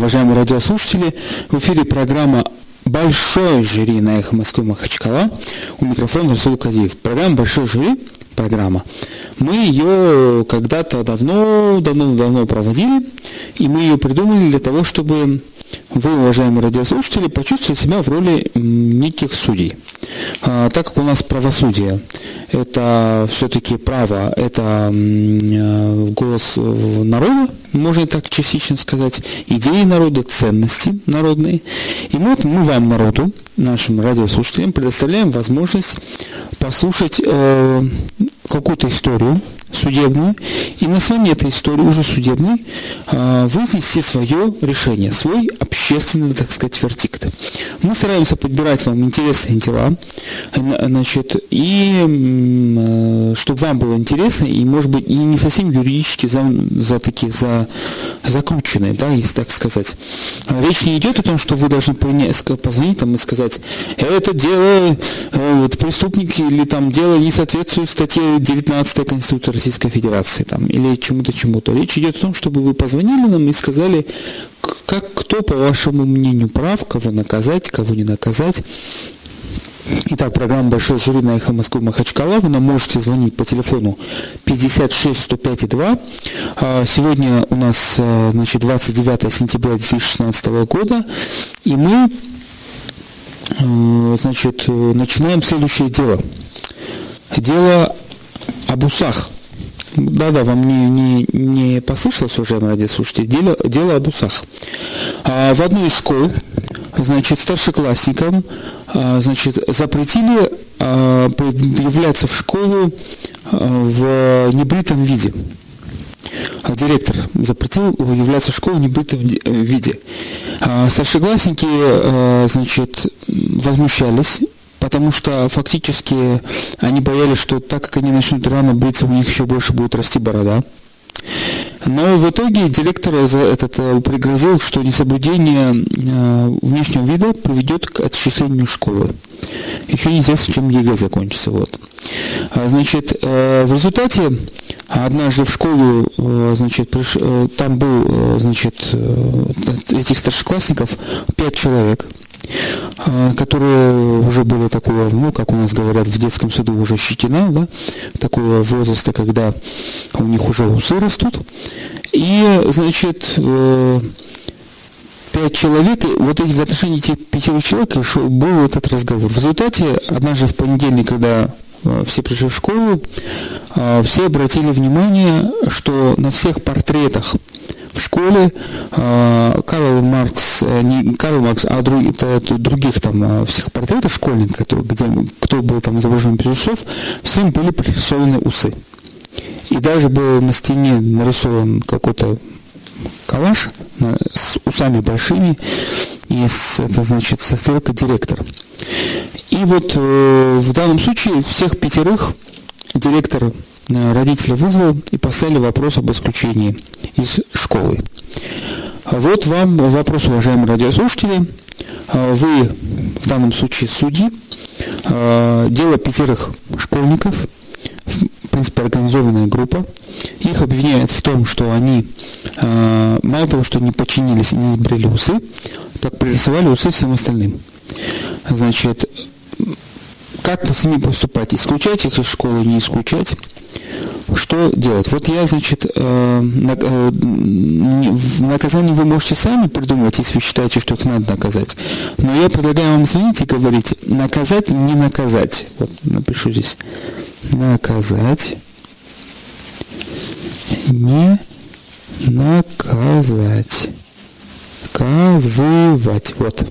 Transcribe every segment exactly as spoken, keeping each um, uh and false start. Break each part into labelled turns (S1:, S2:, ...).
S1: уважаемые радиослушатели. В эфире программа «Большой жюри» на Эхо Москвы Махачкала. У микрофона Расул Кадиев. Программа «Большой жюри», программа. Мы ее когда-то давно, давно, давно проводили, и мы ее придумали для того, чтобы вы, уважаемые радиослушатели, почувствовали себя в роли неких судей. А, так как у нас правосудие – это все-таки право, это э, голос народа, можно так частично сказать, идеи народа, ценности народные. И вот мы вам, народу, нашим радиослушателям, предоставляем возможность послушать э, какую-то историю судебную, и на основании этой истории уже судебной э, вынести свое решение, свой общественный, так сказать, вердикт. Мы стараемся подбирать вам интересные дела, значит, и э, чтобы вам было интересно, и, может быть, и не совсем юридически за, за такие за, закрученные, да, если так сказать. Речь не идет о том, что вы должны принять, позвонить там и сказать, это дело, э, вот, преступники или там дело не соответствует статье девятнадцатой Конституции Российской Федерации там, или чему-то, чему-то. Речь идет о том, чтобы вы позвонили нам и сказали, как, кто, по вашему мнению, прав, кого наказать, кого не наказать. Итак, программа «Большой жюри» на Эхо Москвы Махачкала. Вы нам можете звонить по телефону пятьдесят шесть сто пять два. Сегодня у нас, значит, двадцать девятое сентября две тысячи шестнадцатого года, и мы, значит, начинаем следующее дело. Дело об усах. Да-да, вам не, не, не послышалось, уважаемые радиослушатели, дело, дело об усах. А, в одной из школ, значит, старшеклассникам, а, значит, запретили а, являться в школу а, в небритом виде. А, директор запретил являться в школу в небритом виде. А, старшеклассники, а, значит, возмущались, потому что фактически они боялись, что так как они начнут рано бриться, у них еще больше будет расти борода. Но в итоге директор этот пригрозил, что несоблюдение внешнего вида приведет к отчислению школы. Еще неизвестно, чем ЕГЭ закончится. Вот. Значит, в результате однажды в школу, значит, приш... там был, значит, этих старшеклассников пять человек, которые уже были такого, ну, как у нас говорят, в детском саду уже щетина, да, такого возраста, когда у них уже усы растут. И, значит, пять человек, вот эти, в отношении этих пяти человек был этот разговор. В результате, однажды в понедельник, когда все пришли в школу, все обратили внимание, что на всех портретах в школе э, Карл Маркс, э, не Карл Маркс, а друг, это, это других там э, всех портретов школьников, которые, где, кто был там изображен без усов, всем были пририсованы усы. И даже был на стене нарисован какой-то калаш на, с усами большими, и с, это значит со стрелкой директор. И вот э, в данном случае всех пятерых директор родители вызвал и поставили вопрос об исключении из школы. Вот вам вопрос, уважаемые радиослушатели. Вы в данном случае судьи. Дело пятерых школьников, в принципе, организованная группа. Их обвиняют в том, что они мало того, что не подчинились и не сбрили усы, так пририсовали усы всем остальным. Значит, как с ними поступать? Исключать их из школы, не исключать? Что делать? Вот я, значит, э, наказание вы можете сами придумывать, если вы считаете, что их надо наказать. Но я предлагаю вам звонить и говорить, наказать, не наказать. Вот напишу здесь. Наказать, не наказать. Наказывать. Вот.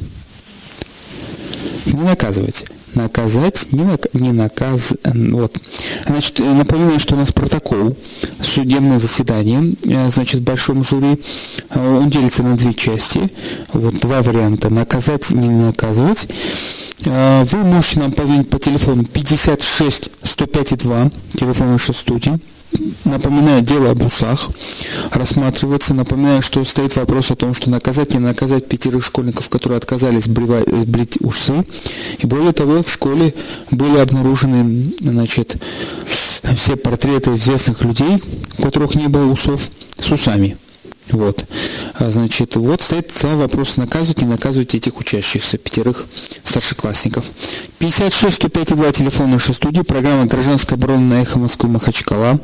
S1: Не наказывать. Наказать, не, нак... не наказ... Вот. Значит, напоминаю, что у нас протокол, судебное заседание, значит, в большом жюри, он делится на две части. Вот два варианта: наказать, не наказывать. Вы можете нам позвонить по телефону пятьдесят шесть сто пять два, телефон нашей студии. Напоминаю, дело об усах рассматривается. Напоминаю, что стоит вопрос о том, что наказать, не наказать пятерых школьников, которые отказались брить усы. И более того, в школе были обнаружены, значит, все портреты известных людей, у которых не было усов, с усами. Вот. Значит, вот стоит вопрос: наказывать, не наказывать этих учащихся, пятерых старшеклассников. пятьдесят шесть сто пять два, телефон нашей студии, программа «Гражданская оборона» на Эхо Москвы Махачкала.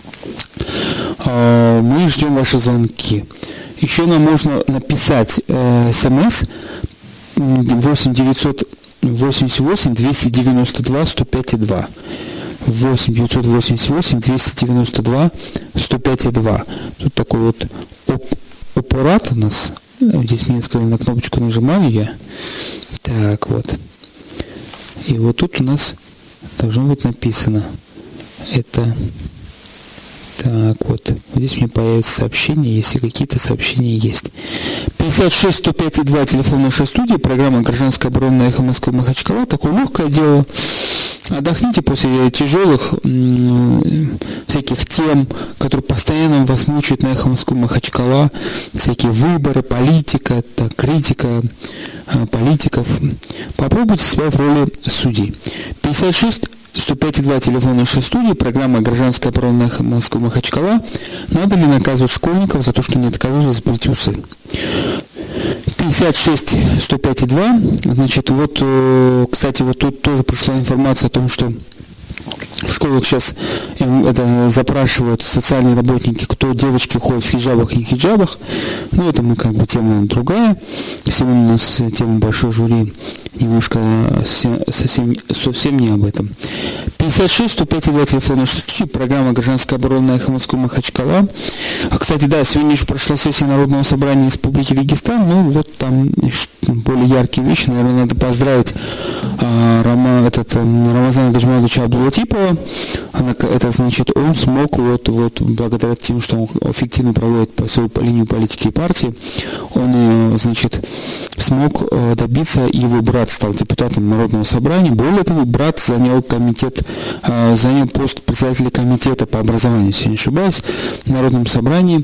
S1: Мы ждем ваши звонки. Еще нам можно написать смс восемь девятьсот восемьдесят восемь двести девяносто два сто пять два. восемь девятьсот восемьдесят восемь двести девяносто два сто пять два. Тут такой вот оп- аппарат у нас. Здесь мне сказали, на кнопочку нажимаю я. Так вот. И вот тут у нас должно быть написано. Это... Так вот. Здесь мне появится сообщение, если какие-то сообщения есть. пятьдесят шесть сто пять два, телефон нашей студии, программа «Гражданская оборона» на Эхо Москвы Махачкала. Такое легкое дело. Отдохните после тяжелых м- всяких тем, которые постоянно вас мучают на Эхо Москвы Махачкала. Всякие выборы, политика, так, критика э, политиков. Попробуйте себя в роли судьи. пятьдесят шесть сто пять два, телефон нашей студии, программа «Гражданская оборона» на Эхо Москвы Махачкала. Надо ли наказывать школьников за то, что не отказывались сбрить усы? пятьдесят шесть сто пять два. Значит, вот, кстати, вот тут тоже пришла информация о том, что в школах сейчас это запрашивают социальные работники, кто девочки ходят в хиджабах и не хиджабах. Ну, это мы как бы тема другая. Сегодня у нас тема большой жюри, немножко совсем, совсем не об этом. пятьдесят шесть сто пять два, телефон нашей студии, программа «Гражданская оборона» на Эхо Москвы Махачкала. А, кстати, да, сегодня еще прошла сессия Народного собрания Республики Дагестан. Ну, вот там более яркие вещи. Наверное, надо поздравить а, Рома, этот, Рамазана Гаджимадовича Абдулатипова. Она, это значит, он смог, вот, вот, благодаря тем, что он эффективно проводит по свою по линию политики и партии, он, значит, смог добиться, и его брат стал депутатом Народного собрания. Более того, брат занял комитет, занял пост председателя комитета по образованию, если не ошибаюсь, в Народном собрании,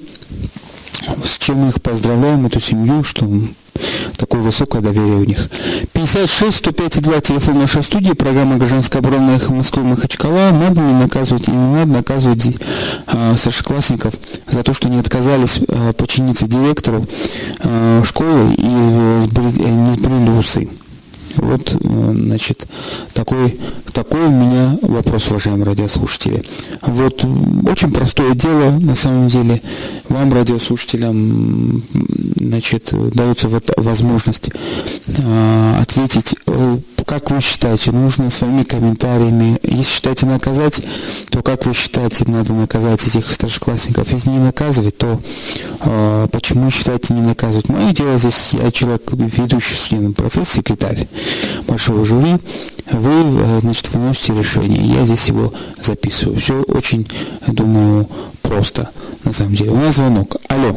S1: с чем мы их поздравляем, эту семью, что такое высокое доверие у них. пятьдесят шесть сто пять два, телефон нашей студии, программа «Гражданская оборона» на Эхо Москвы Махачкала. Надо ли наказывать или не надо наказывать а, старшеклассников за то, что не отказались а, подчиниться директору а, школы и сбрили, не сбрили усы? Вот, значит, такой, такой у меня вопрос, уважаемые радиослушатели. Вот, очень простое дело, на самом деле, вам, радиослушателям, значит, дается вот возможность э, ответить, э, как вы считаете, нужно своими комментариями. Если считаете наказать, то как вы считаете, надо наказать этих старшеклассников? Если не наказывать, то э, почему считаете не наказывать? Мое дело здесь, я человек, ведущий судебный процесс, секретарь большого жюри, вы, значит, выносите решение. Я здесь его записываю. Все очень, думаю, просто, на самом деле. У нас звонок. Алло.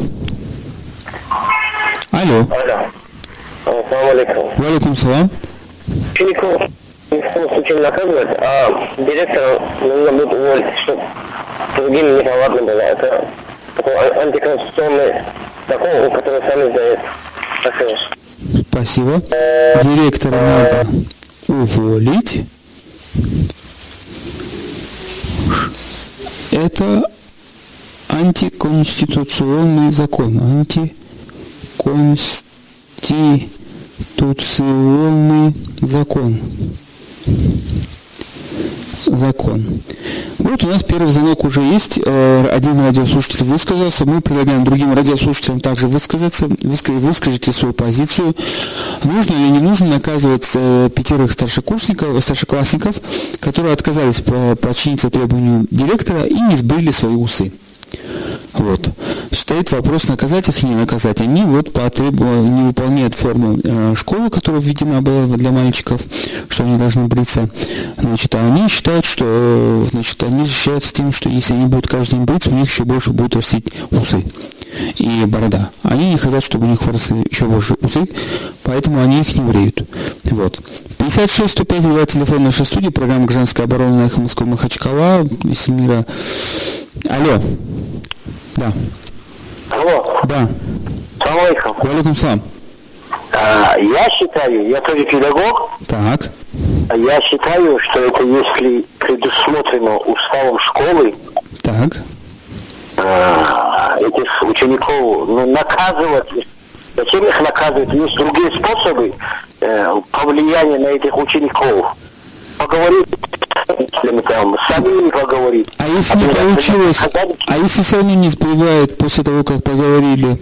S1: Алло.
S2: Алло. Ассаламу алейкум.
S1: Валейкум салам.
S2: Учеников ни в коем случае не наказывать, а директора нужно будет уволить, чтобы другим неповадно было. Это такой антиконституционный закон, который сами знают. Спасибо.
S1: Спасибо. Директора надо уволить. Это антиконституционный закон. Антиконституционный закон. Закон. Вот у нас первый звонок уже есть. Один радиослушатель высказался. Мы предлагаем другим радиослушателям также высказаться. Выскажите свою позицию. Нужно или не нужно наказывать пятерых старшекурсников, старшеклассников, которые отказались подчиниться требованию директора и не сбрили свои усы. Вот. Стоит вопрос, наказать их или не наказать. Они вот по требованию не выполняют форму э, школы, которая введена была для мальчиков, что они должны бриться. Значит, а они считают, что значит, они защищаются тем, что если они будут каждый день бриться, у них еще больше будут расти усы и борода. Они не хотят, чтобы у них выросли еще больше усы, поэтому они их не бреют. Вот. пятьдесят шесть сто пять два, телефон нашей студии, программа «Гражданская оборона» на Эхо Москвы Махачкала, из мира. Алло. Да.
S2: Алло.
S1: Да.
S2: Салам алейкум.
S1: Валейкум салам.
S2: А, я считаю, я тоже педагог.
S1: Так.
S2: Я считаю, что это если предусмотрено уставом школы,
S1: Так.
S2: а,
S3: этих учеников ну, наказывать. Зачем их наказывать? Есть другие способы э, повлияния на этих учеников. Поговорить с родителями, там, с самими поговорить.
S1: А если не получилось, а если все равно не сбивают после того, как поговорили?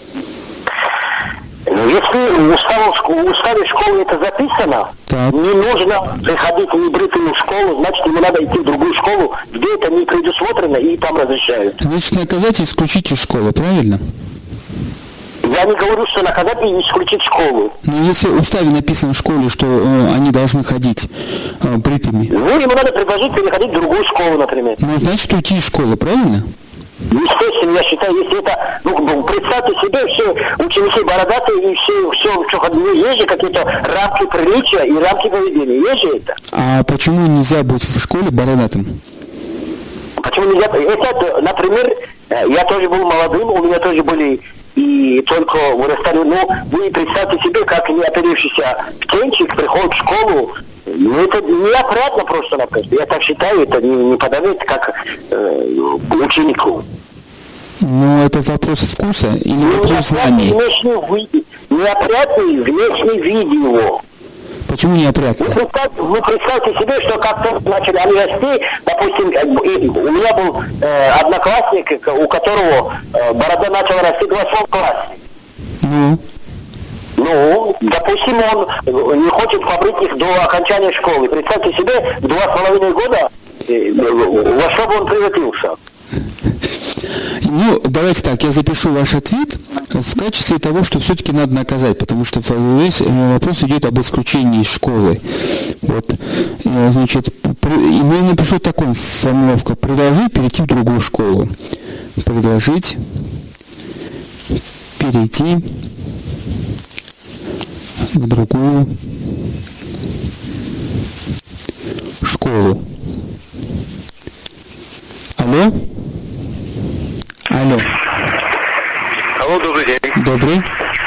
S3: Ну, если в уставе, в уставе школы это записано, так. Не нужно приходить в небритую школу, значит, ему надо идти в другую школу, где это не предусмотрено, и там разрешают.
S1: Значит, наказать и исключить из школы, правильно?
S3: Я не говорю, что наказать и исключить школу.
S1: Но если в уставе написано в школе, что э, они должны ходить э, бритыми.
S3: Ну, ему надо предложить переходить в другую школу, например.
S1: Ну, значит, уйти из школы, правильно?
S3: Естественно, я считаю, если это, ну, представьте себе, все ученики бородатые, и все, все, что ну, есть же какие-то рамки приличия и рамки поведения, есть же это.
S1: А почему нельзя быть в школе бородатым?
S3: Почему нельзя? Это, например, я тоже был молодым, у меня тоже были и только вырастали, ну, вы представьте себе, как неоперившийся птенчик приходит в школу. Ну, это неопрятно просто-напросто. Я так считаю, это не, не подавляет как э, ученику.
S1: Ну, это вопрос вкуса или
S3: ну,
S1: вопрос знаний?
S3: Внешний, неопрятный внешний вид его.
S1: Почему неопрятно?
S3: Вы представьте, вы представьте себе, что как-то начали они расти, допустим, у меня был э, одноклассник, у которого э, борода начала расти в восьмом классе. Ну? Ну, допустим, он не хочет побрить их до окончания школы. Представьте себе, два с половиной года, во что бы он превратился.
S1: Ну, давайте так, я запишу ваш ответ в качестве того, что все-таки надо наказать, потому что весь вопрос идет об исключении из школы. Вот, значит, и я напишу такую формулировку: предложить перейти в другую школу. Предложить перейти в другую школу. Алло? Алло.
S4: Алло, добрый день.
S1: Добрый.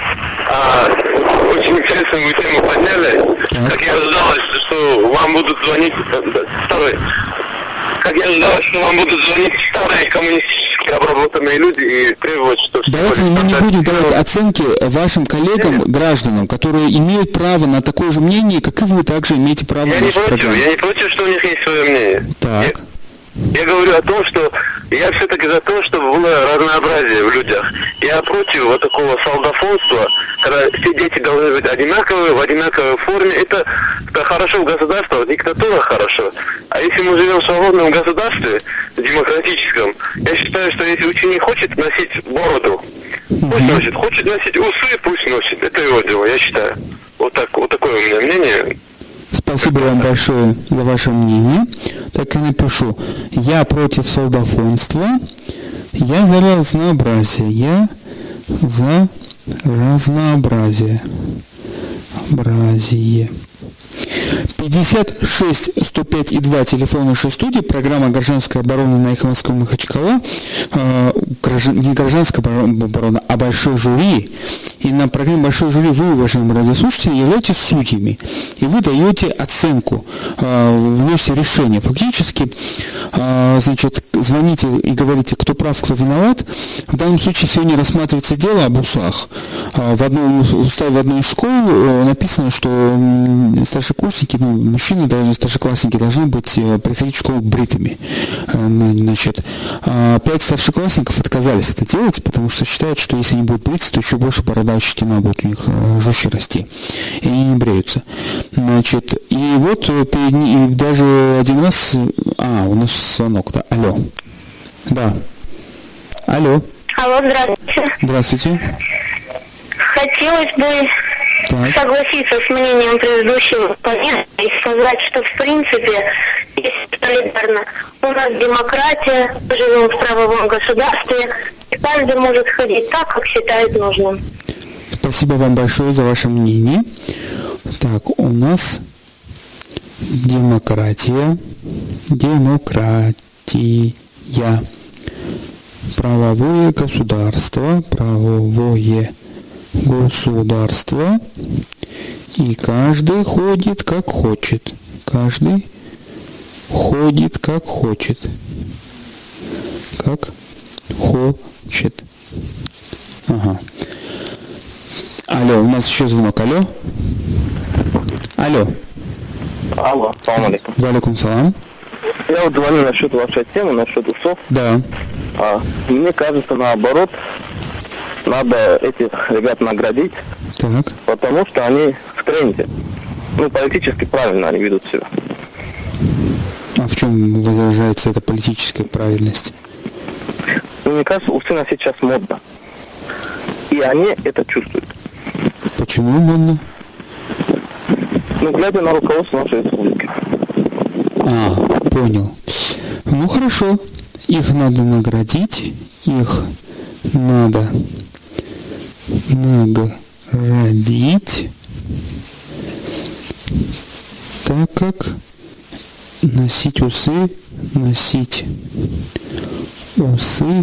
S4: А, очень интересную тему подняли. Так. Как я ожидалось, что вам будут звонить старые. Как я ожидалось, что вам будут звонить старые коммунистически обработанные люди и требовать, что...
S1: Давайте мы не будем давать оценки вашим коллегам, Нет. гражданам, которые имеют право на такое же мнение, как и вы также имеете право
S4: я
S1: на
S4: нашу программу. Я не против, что у них есть свое мнение.
S1: Так.
S4: Я... Я говорю о том, что я все-таки за то, чтобы было разнообразие в людях. Я против вот такого солдафонства, когда все дети должны быть одинаковые, в одинаковой форме. Это, это хорошо в государстве, диктатура хорошо. А если мы живем в свободном государстве, демократическом, я считаю, что если ученик хочет носить бороду, пусть носит. Хочет носить усы, пусть носит. Это его дело, я считаю. Вот, так, вот такое у меня мнение.
S1: Спасибо вам большое за ваше мнение. Так и напишу. Я против солдафонства. Я за разнообразие. Я за разнообразие. Разнообразие. пятьдесят шесть сто пять и два, телефон нашей студии, программа «Гражданская оборона» на Эхо Москвы Махачкала. Э, граждан, не «Гражданская оборона», а «Большой жюри». И на программе «Большой жюри» вы, уважаемые радиослушатели, являетесь судьями. И вы даете оценку, э, вносите решение. Фактически, э, значит, звоните и говорите, кто прав, кто виноват. В данном случае сегодня рассматривается дело об усах. Э, в одной, в одной из школ э, написано, что э, старшекурсники, ну, мужчины, даже старшеклассники должны быть, э, приходить в школу бритыми. Э, значит, э, пять старшеклассников отказались это делать, потому что считают, что если они будут бриться, то еще больше борода щетина будет у них э, жестче расти. И они не бреются. Значит, и вот перед ним, даже один раз... А, у нас звонок, да. Алло. Да. Алло.
S5: Алло, здравствуйте.
S1: Здравствуйте.
S5: Хотелось бы так. согласиться с мнением предыдущего понятия и сказать, что в принципе, если солидарно, у нас демократия, мы живем в правовом государстве, и каждый может ходить так, как считает нужным.
S1: Спасибо вам большое за ваше мнение. Так, у нас демократия, демократия, правовое государство, правовое государство, и каждый ходит как хочет, каждый ходит как хочет, как Значит. Ага. Алло, у нас еще звонок. Алло. Алло.
S6: Алло, салам алейкум.
S1: Валикум салам.
S6: Я вот звоню насчет вашей темы, насчет усов.
S1: Да.
S6: А, мне кажется, наоборот, надо этих ребят наградить,
S1: так.
S6: потому что они в тренде. Ну, политически правильно они ведут себя.
S1: А в чем выражается эта политическая правильность?
S6: Ну, мне кажется, усы на сейчас модно. И они это чувствуют.
S1: Почему модно?
S6: Ну, глядя на руководство нашей республики.
S1: А, понял. Ну, хорошо. Их надо наградить. Их надо наградить, так как носить усы, носить усы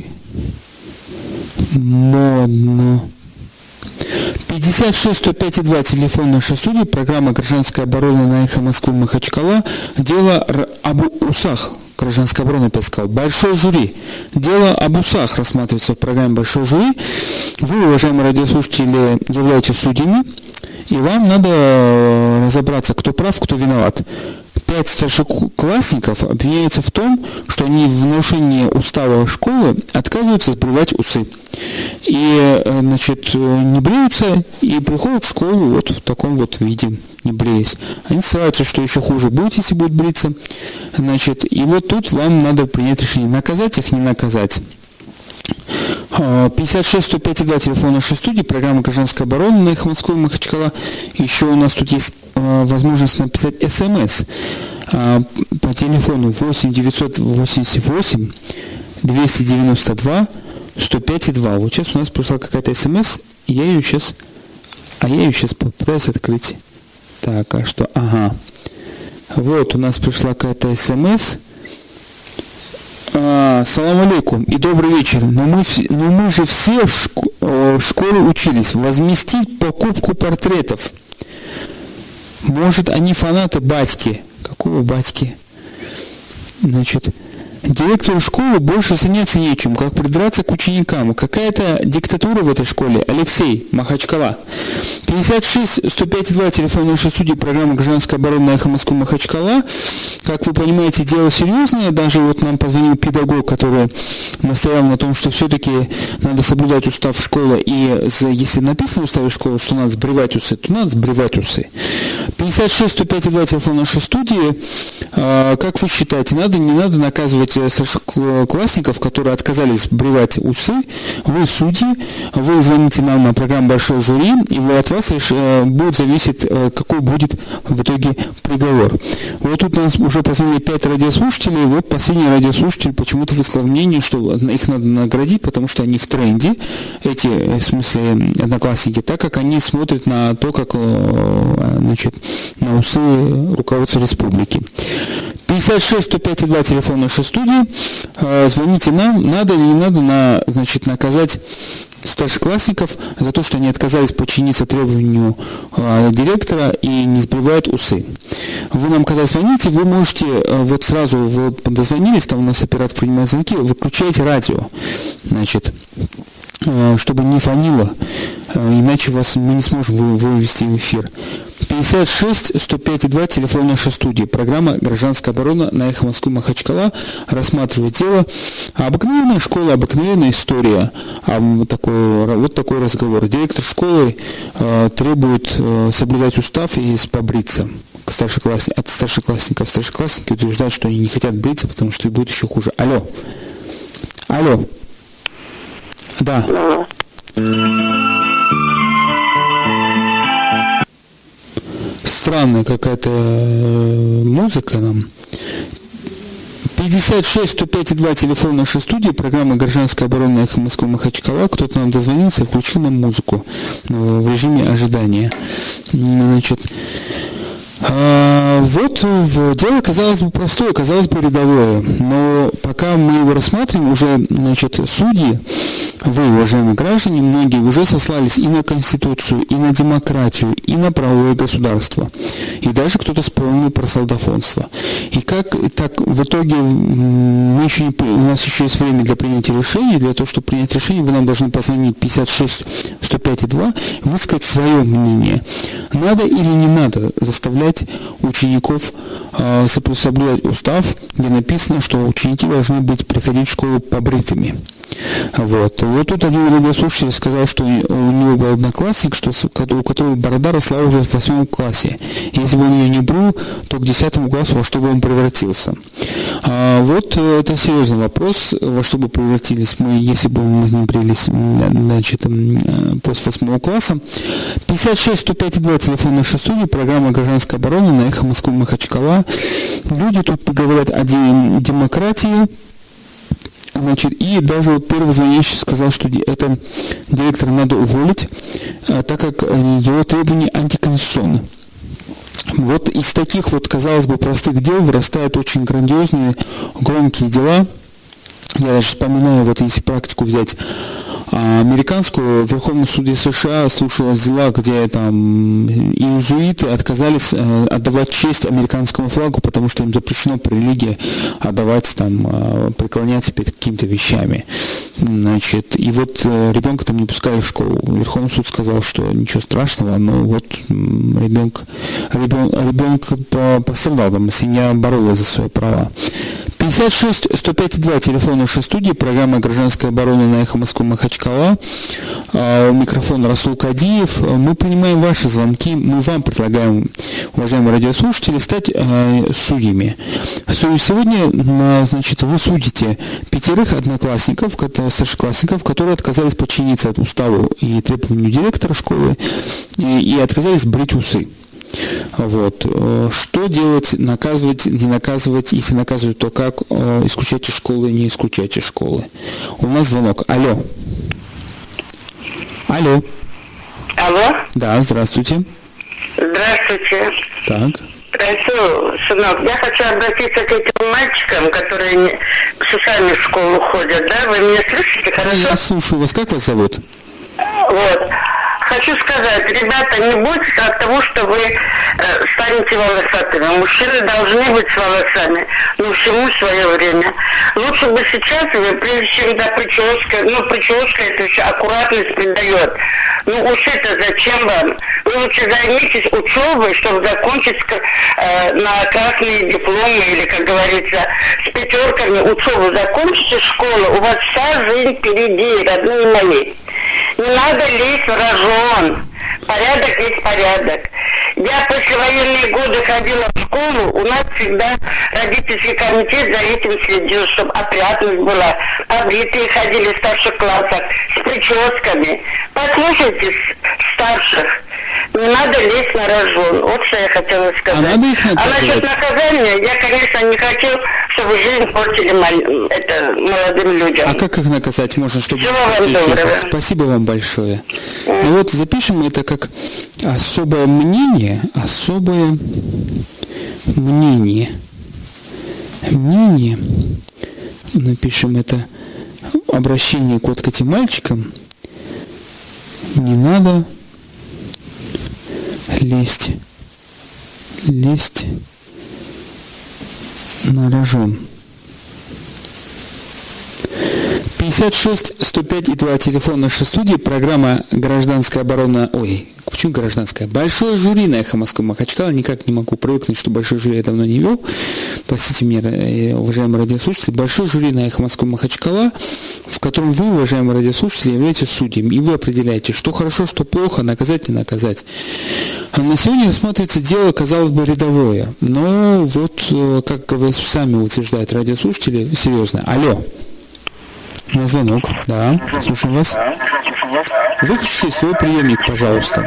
S1: модно. пятьдесят шесть сто пять и два, телефон нашей студии, программа «Гражданская оборона» на Эхо Москвы Махачкала. Дело об усах. Гражданская оборона, опять сказал. Большой жюри. Дело об усах рассматривается в программе «Большой жюри». Вы, уважаемые радиослушатели, являетесь судьями, и вам надо разобраться, кто прав, кто виноват. Пять старшеклассников обвиняются в том, что они в нарушении устава школы отказываются сбривать усы. И, значит, не бреются и приходят в школу вот в таком вот виде, не бреясь. Они ссылаются, что еще хуже будет, если будут бриться. Значит, и вот тут вам надо принять решение, наказать их, не наказать. пятьдесят шесть сто пять и два, телефон нашей студии, программа «Гражданская оборона» на Эхо Москвы Махачкала. Еще у нас тут есть э, возможность написать смс э, по телефону восемь девятьсот восемьдесят восемь двести девяносто два сто пять и два. Вот сейчас у нас пришла какая-то смс, я ее сейчас, а я ее сейчас попытаюсь открыть. Так, а что? Ага. Вот у нас пришла какая-то смс. А, салам алейкум и добрый вечер. Но мы, но мы же все в, шко, в школе учились. Возместить покупку портретов. Может, они фанаты батьки. Какого батьки? Значит, директору школы больше заняться нечем, как придраться к ученикам. Какая-то диктатура в этой школе. Алексей, Махачкала. пятьдесят шесть сто пять и два, телефон нашей студии, программа «Гражданская оборона» на Эхо Москвы Махачкала. Как вы понимаете, дело серьезное. Даже вот нам позвонил педагог, который настоял на том, что все-таки надо соблюдать устав школы. И если написано в уставе школы, что надо сбривать усы, то надо сбривать усы. пятьдесят шесть сто пять и два, телефон нашей студии. Как вы считаете, надо, не надо наказывать старшеклассников, которые отказались сбривать усы? Вы судьи, вы звоните нам на программу «Большой жюри», и вы от вас будет зависеть, какой будет в итоге приговор. Вот тут у нас уже позвонили пять радиослушателей, вот последний радиослушатель почему-то высказал мнение, что их надо наградить, потому что они в тренде, эти, в смысле, одноклассники, так как они смотрят на то, как, значит, на усы руководства республики. пятьдесят шесть сто пять и два, телефон нашей студии. Звоните нам, надо или не надо на, значит, наказать старшеклассников за то, что они отказались подчиниться требованию э, директора и не сбривают усы. Вы нам, когда звоните, вы можете э, вот сразу вот дозвонились, там у нас оператор принимает звонки, выключайте радио, значит, э, чтобы не фонило, э, иначе вас мы не сможем вы, вывести в эфир. пятьдесят шесть сто пять и два, телефон нашей студии. Программа «Гражданская оборона» на Эхо Москвы Махачкала рассматривает дело. Обыкновенная школа, обыкновенная история. А вот такой, вот такой разговор. Директор школы э, требует э, соблюдать устав и побриться старшеклассник, от старшеклассников. Старшеклассники утверждают, что они не хотят бриться, потому что и будет еще хуже. Алло. Алло. Да. Странная какая-то музыка нам. пятьдесят шесть сто пять и два, телефон нашей студии, программа «Гражданская оборона» Эхо Москвы Махачкала. Кто-то нам дозвонился, включил нам музыку в режиме ожидания. Значит, А, вот дело, казалось бы, простое, казалось бы, рядовое, но пока мы его рассматриваем, уже, значит, судьи, вы, уважаемые граждане, многие уже сослались и на Конституцию, и на демократию, и на правовое государство, и даже кто-то вспомнил про солдафонство. И как так в итоге мы еще не, у нас еще есть время для принятия решения, для того, чтобы принять решение, вы нам должны позвонить пятьдесят шесть сто пять два, высказать свое мнение. Надо или не надо заставлять учеников э, соблюдать устав, где написано, что ученики должны быть приходить в школу побритыми. Вот. Вот тут один радиослушатель сказал, что у него был одноклассник, что, у которого борода росла уже в восьмом классе. Если бы он ее не брил, то к десятому классу во что бы он превратился. А вот это серьезный вопрос, во что бы превратились мы, если бы мы не брились, значит, после восьмого класса. пятьдесят шесть сто пять два, телефон нашей студии, программа «Гражданская оборона» на Эхо Москвы Махачкала. Люди тут говорят о демократии. Значит, и даже вот первый звонящий сказал, что это директора надо уволить, так как его требования антиконституционны. Вот из таких вот, казалось бы, простых дел вырастают очень грандиозные, громкие дела. Я даже вспоминаю, вот если практику взять американскую, в Верховном суде США слушалось дела, где там иезуиты отказались отдавать честь американскому флагу, потому что им запрещено по религии отдавать там, преклоняться перед какими-то вещами. Значит, и вот ребенка там не пускали в школу. Верховный суд сказал, что ничего страшного, но вот ребенок, ребенок, ребенок пострадал, там, семья боролась за свои права. пятьдесят шесть сто пять два, телефон нашей студии, программа «Гражданская оборона» на Эхо Москвы Махачкала. У микрофона Расул Кадиев. Мы принимаем ваши звонки. Мы вам предлагаем, уважаемые радиослушатели, стать э, судьями. Сегодня, значит, вы судите пятерых одноклассников, старшеклассников, которые отказались подчиниться от уставу и требованию директора школы и, и отказались брить усы. Вот. Что делать, наказывать, не наказывать, если наказывать, то как, исключать из школы, не исключать из школы. У нас звонок. Алло. Алло.
S7: Алло.
S1: Да, здравствуйте.
S7: Здравствуйте.
S1: Так.
S7: Расул, сынок, я хочу обратиться к этим мальчикам, которые с усами в школу ходят, да? Вы меня слышите хорошо?
S1: Я слушаю вас. Как вас зовут?
S7: Вот. Хочу сказать, ребята, не бойтесь от того, что вы э, станете волосатыми. Мужчины должны быть с волосами, но всему свое время. Лучше бы сейчас вы, прежде чем до прически, ну, прическа это еще аккуратность придает. Ну, усы-то зачем вам? Вы лучше займитесь учебой, чтобы закончить э, на красные дипломы, или, как говорится, с пятерками учебу. Закончите школу, у вас вся жизнь впереди, родные мои. Не надо лезть в рожон. Порядок есть порядок. Я после военные годы ходила в школу, у нас всегда родительский комитет за этим следил, чтобы опрятность была. Побритые ходили в старших классах с прическами. Послушайте старших. Не надо лезть на рожон. Вот что я хотела сказать. А, надо их а насчет наказания, я, конечно, не хочу, чтобы жизнь портили мал... это, молодым людям.
S1: А как их наказать можно, чтобы...
S7: Всего вам доброго.
S1: Спасибо вам большое. Mm. Ну вот запишем это как особое мнение, особое мнение. Мнение. Напишем это обращение к вот к этим мальчикам. Не надо лезть, лезть на рожон. пятьдесят шесть сто пять и два, телефон нашей студии, программа «Гражданская оборона». Ой, почему гражданская? Большое жюри на Эхо Москвы Махачкала. Никак не могу привыкнуть, что большое жюри я давно не вел. Простите меня, уважаемые радиослушатели. Большое жюри на Эхо Москвы Махачкала, в котором вы, уважаемые радиослушатели, являетесь судьями. И вы определяете, что хорошо, что плохо, наказать, не наказать. На сегодня рассматривается дело, казалось бы, рядовое. Но вот, как вы сами утверждают радиослушатели, серьезно. Алло. На звонок. Да, слушаем вас. Выключите свой приемник, пожалуйста.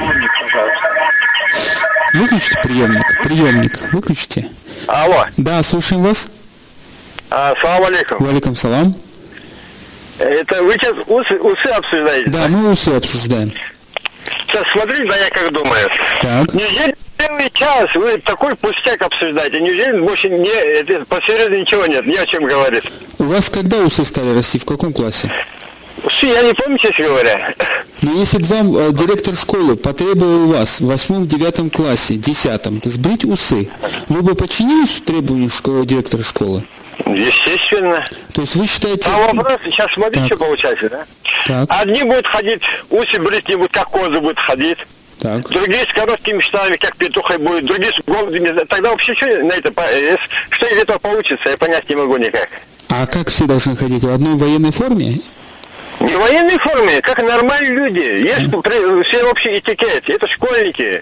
S1: Выключите приемник. Приемник. Выключите.
S8: Алло.
S1: Да, слушаем вас.
S8: Ассаламу алейкум.
S1: Валейкум салам.
S8: Это вы сейчас усы, усы обсуждаете?
S1: Да, мы усы обсуждаем.
S8: Сейчас смотрите, да, я как думаю.
S1: Так.
S8: Неужели Целый час вы такой пустяк обсуждаете. Неужели больше не, это, посередине ничего нет, ни о чем говорить?
S1: У вас когда усы стали расти? В каком классе?
S8: Усы, я не помню, честно говоря.
S1: Но если бы вам э, директор школы потребовал у вас в восьмом, девятом классе, десятом сбрить усы, вы бы подчинились требованию школы, директора школы?
S8: Естественно.
S1: То есть вы считаете...
S8: А вопрос, сейчас смотрите, что получается, да?
S1: Так.
S8: Одни будут ходить, усы брить не будут, как козы будут ходить.
S1: Так.
S8: Другие с короткими штанами, как петухой будут. Другие с голыми. Тогда вообще что на это, что из этого получится, я понять не могу никак.
S1: А как все должны ходить? В одной военной форме?
S8: Не в военной форме, как нормальные люди. Есть а? все общий этикет, это школьники.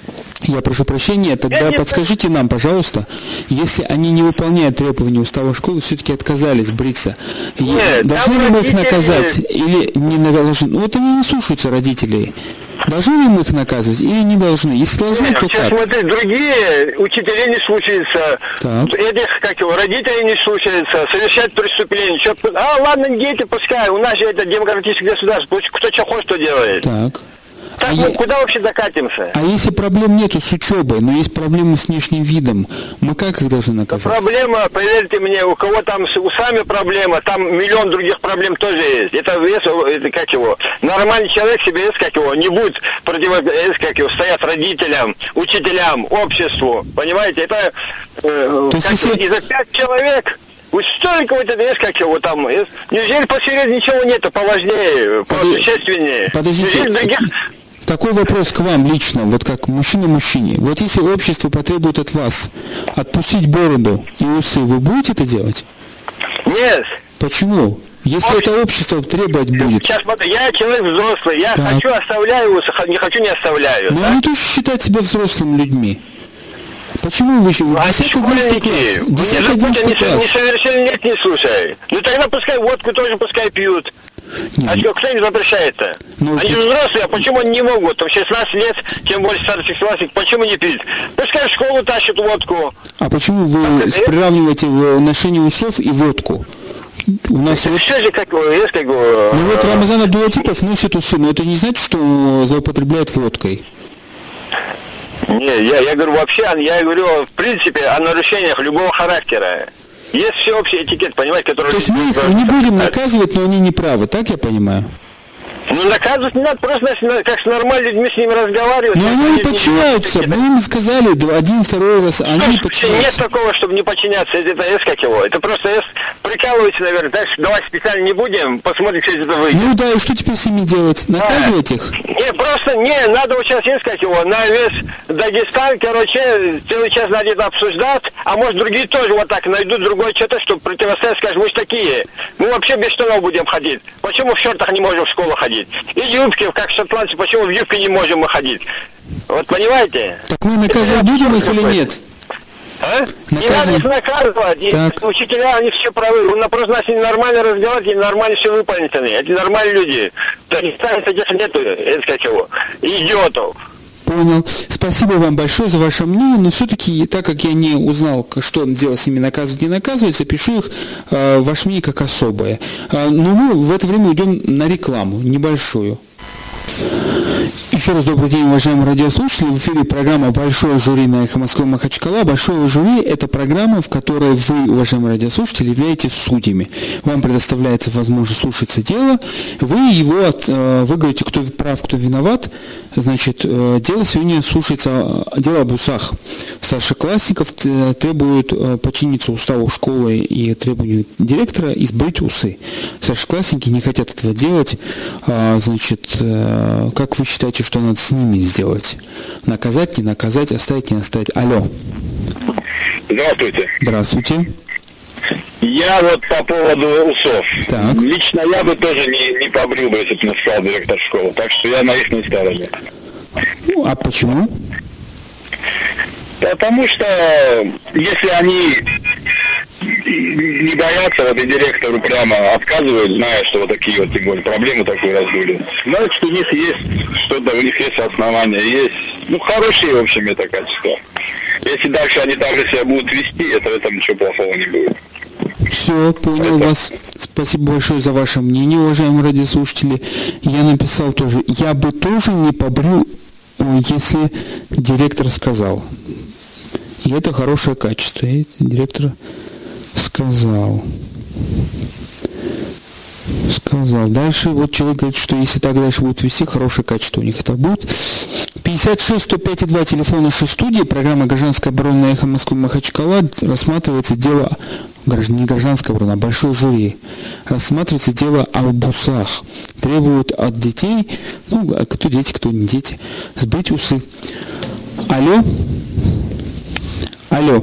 S1: Я прошу прощения, тогда подскажите не... нам, пожалуйста, если они не выполняют требования устава школы, все-таки отказались бриться, Нет, должны ли мы родители... их наказать или не должны? Ну вот они не слушаются родителей. Должны ли мы их наказывать или не должны? Если должны,
S8: Нет,
S1: то
S8: сейчас
S1: как?
S8: Смотри, другие учителя не слушаются, так. этих, как его, родители не слушаются, совершают преступления. Что, а, ладно, дети, пускай, у нас же это демократическое государство, кто что хочет, то делает.
S1: Так.
S8: Так
S1: а
S8: мы
S1: е...
S8: куда вообще докатимся?
S1: А если проблем нету с учебой, но есть проблемы с внешним видом, мы как их должны наказать?
S8: Проблема, поверьте мне, у кого там с усами проблема, там миллион других проблем тоже есть. Это, это как его, нормальный человек себе, как его, не будет противостоять, как его, стоять родителям, учителям, обществу. Понимаете, это э, как если... из-за пять человек. Вот столько вот это есть, как его там, неужели посередине ничего нет, поважнее, посущественнее?
S1: Подождите. Других... Такой вопрос к вам лично, вот как мужчина-мужчине. Вот если общество потребует от вас отпустить бороду и усы, вы будете это делать?
S8: Нет.
S1: Почему? Если Обще... это общество требовать будет.
S8: Сейчас смотри, я человек взрослый, я так. хочу оставляю усы, не хочу не оставляю.
S1: Но да? Они тоже считают себя взрослыми людьми. Почему вы еще? десятый-одиннадцатый класс. десятый-одиннадцатый класс.
S8: Несовершеннолетний, слушай. Ну тогда пускай водку тоже пускай пьют. Нет. А что, кто им запрещает-то? Ну, они же взрослые, а почему они не могут? Там шестнадцать лет, тем более старших классов, почему не пьют? Пускай в школу тащат водку.
S1: А почему вы а, приравниваете ношение усов и водку? У нас
S8: это
S1: вот...
S8: все же как есть как бы...
S1: Ну вот Рамазан Абдулатипов носит усы, но это не значит, что он злоупотребляет водкой.
S8: Не, я, я говорю вообще, я говорю в принципе о нарушениях любого характера. Есть всеобщий этикет, понимаете, который...
S1: То есть мы их не будем наказывать, но они не правы, так я понимаю?
S8: Ну, наказывать не надо, просто как с нормальными людьми с ними разговаривать.
S1: Но они не подчиняются, мы им сказали один, второй раз, они не подчиняются.
S8: Нет такого, чтобы не подчиняться, это есть как его, это просто есть, прикалываете, наверное, так что давай специально не будем, посмотрим, что это выйдет.
S1: Ну да, и что теперь с ними делать? Наказывать а, их?
S8: Не, просто, не, надо вот сейчас есть как его, на весь Дагестан, короче, целый час надо это обсуждать, а может другие тоже вот так найдут другое что-то, чтобы противостоять, скажем, мы же такие, мы вообще без штанов будем ходить, почему в шортах не можем в школу ходить? И юбки, как шотландцы, почему в юбке не можем мы ходить? Вот понимаете?
S1: Так мы наказывать будем их или нет?
S8: А? Не надо их наказывать. И учителя, они все правы. Он просто нас нормально разговаривать, и нормально все выполнены. Это нормальные люди. Да не станет этих нету, это как его, идиотов.
S1: Понял. Спасибо вам большое за ваше мнение, но все-таки, так как я не узнал, что он делал с ними, наказывать, не наказывать, запишу их, э, ваше мнение как особое. Э, но мы в это время уйдем на рекламу, небольшую. Еще раз добрый день, уважаемые радиослушатели. В эфире программа «Большое жюри» на Эхо Москвы Махачкала. «Большое жюри» – это программа, в которой вы, уважаемые радиослушатели, являетесь судьями. Вам предоставляется возможность слушаться дело. Вы его, от, вы говорите, кто прав, кто виноват. Значит, дело сегодня слушается, дело об усах. Старшеклассников требуют подчиниться уставу школы и требованию директора и сбрить усы. Старшеклассники не хотят этого делать. Значит, как вы считаете, что надо с ними сделать? Наказать, не наказать, оставить, не оставить? Алло.
S8: Здравствуйте.
S1: Здравствуйте.
S8: Я вот по поводу усов.
S1: Так.
S8: Лично я бы тоже не, не побрил бы, если бы мне сказал директор школы. Так что я на их не стороне.
S1: А почему?
S8: Потому что если они не боятся, вот и директору прямо отказывают, зная, что вот такие вот, тем более, проблемы такую раздули. Значит, у них есть что-то, у них есть основания, есть, ну, хорошие, в общем, это качества. Если дальше они так же себя будут вести, это в этом ничего плохого не будет.
S1: Все, понял это... вас. Спасибо большое за ваше мнение, уважаемые радиослушатели. Я написал тоже, я бы тоже не побрил если директор сказал. И это хорошее качество. И директор сказал. Сказал. Дальше вот человек говорит, что если так дальше будут вести, хорошее качество у них это будет. пятьдесят шесть сто пять два телефон нашей студии. Программа «Гражданская оборона» на «Эхо Москвы» Махачкала. Рассматривается дело, не гражданская оборона, а большой жюри. Рассматривается дело об усах. Требуют от детей, ну, кто дети, кто не дети, сбрить усы. Алло. Алло.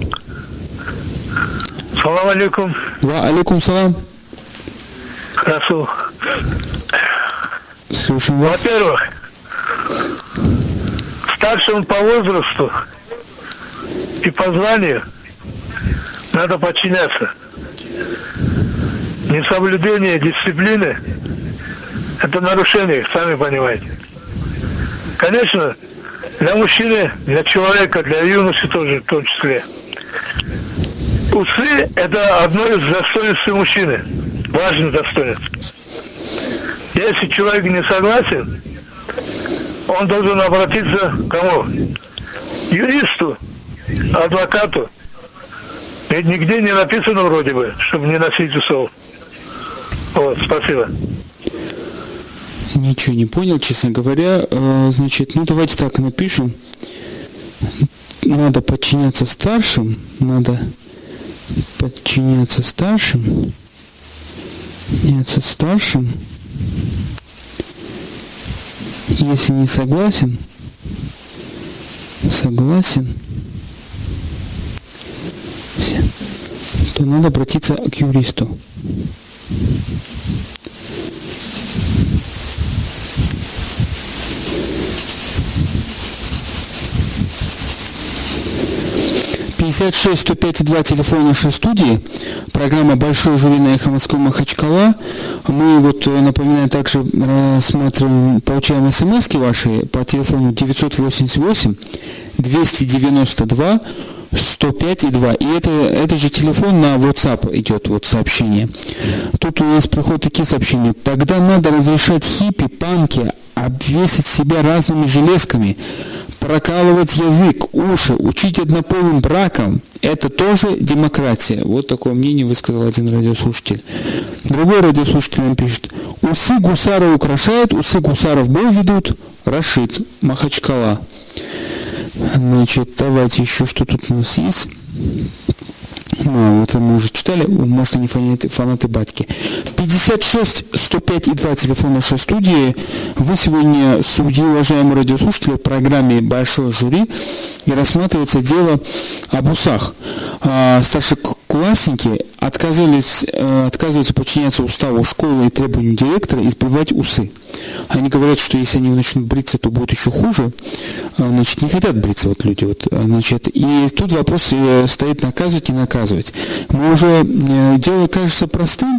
S9: Салам алейкум.
S1: Ва алейкум салам.
S9: Хорошо.
S1: Слушаем вас.
S9: Во-первых, старшим по возрасту и по званию надо подчиняться. Несоблюдение дисциплины – это нарушение, сами понимаете. Конечно, для мужчины, для человека, для юноши тоже в том числе. Усы – это одно из достоинств мужчины, важное достоинство. Если человек не согласен, он должен обратиться к кому? Юристу, адвокату. Ведь нигде не написано вроде бы, чтобы не носить усов. Вот, спасибо.
S1: Ничего не понял, честно говоря. Значит, ну давайте так напишем. Надо подчиняться старшим. Надо подчиняться старшим. Подчиняться старшим. Если не согласен, согласен, то надо обратиться к юристу. пятьдесят шесть сто пять два телефон нашей студии. Программа «Большой жюри» на «Эхо Москвы» Махачкала. Мы вот, напоминаю, также рассматриваем, получаем смс-ки ваши по телефону девятьсот восемьдесят восемь двести девяносто два сто пять и два. И это, это же телефон на WhatsApp идет вот сообщение. Тут у нас приходят такие сообщения. Тогда надо разрешать хиппи, панки, обвесить себя разными железками, прокалывать язык, уши, учить однополым браком. Это тоже демократия. Вот такое мнение высказал один радиослушатель. Другой радиослушатель нам пишет. Усы гусара украшают, усы гусаров бой ведут. Рашид, Махачкала. Значит, давайте еще что тут у нас есть. Ну, это мы уже читали, может, они фанаты, фанаты батьки. пятьдесят шесть сто пять и два телефон нашей студии. Вы сегодня судьи, уважаемые радиослушатели, в программе «Большое жюри», и рассматривается дело об усах. А, старшеклассники отказались, отказываются подчиняться уставу школы и требованию директора и сбривать усы. Они говорят, что если они начнут бриться, то будет еще хуже. Значит, не хотят бриться вот люди. Вот, значит, и тут вопрос стоит: наказывать, не наказывать. Мы уже, дело кажется простым,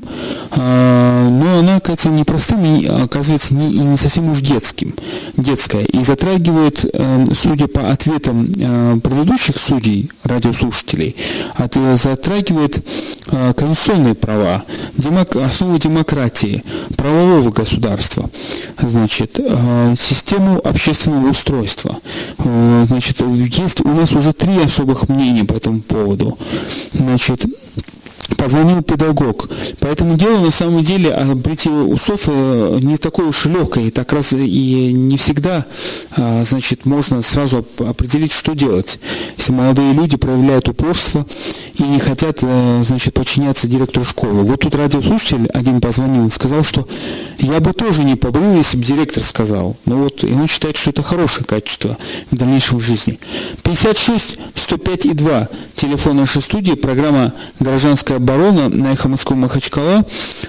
S1: но оно, оказывается, не простым и, оказывается, не, и не совсем уж детским. Детское. И затрагивает, судя по ответам предыдущих судей, радиослушателей, затрагивает конституционные права, демок, основы демократии, правового государства, значит, систему общественного устройства. Значит, есть у нас уже три особых мнения по этому поводу. Значит, позвонил педагог. Поэтому дело на самом деле о бритье усов не такое уж и легкое. И так раз и не всегда, значит, можно сразу определить, что делать. Если молодые люди проявляют упорство и не хотят, значит, подчиняться директору школы. Вот тут радиослушатель один позвонил и сказал, что я бы тоже не побрил, если бы директор сказал. Но вот и он считает, что это хорошее качество в дальнейшем в жизни. пятьдесят шесть сто пять и два телефон нашей студии, программа «Гражданская оборона» на «Эхо Москвы» Махачкала.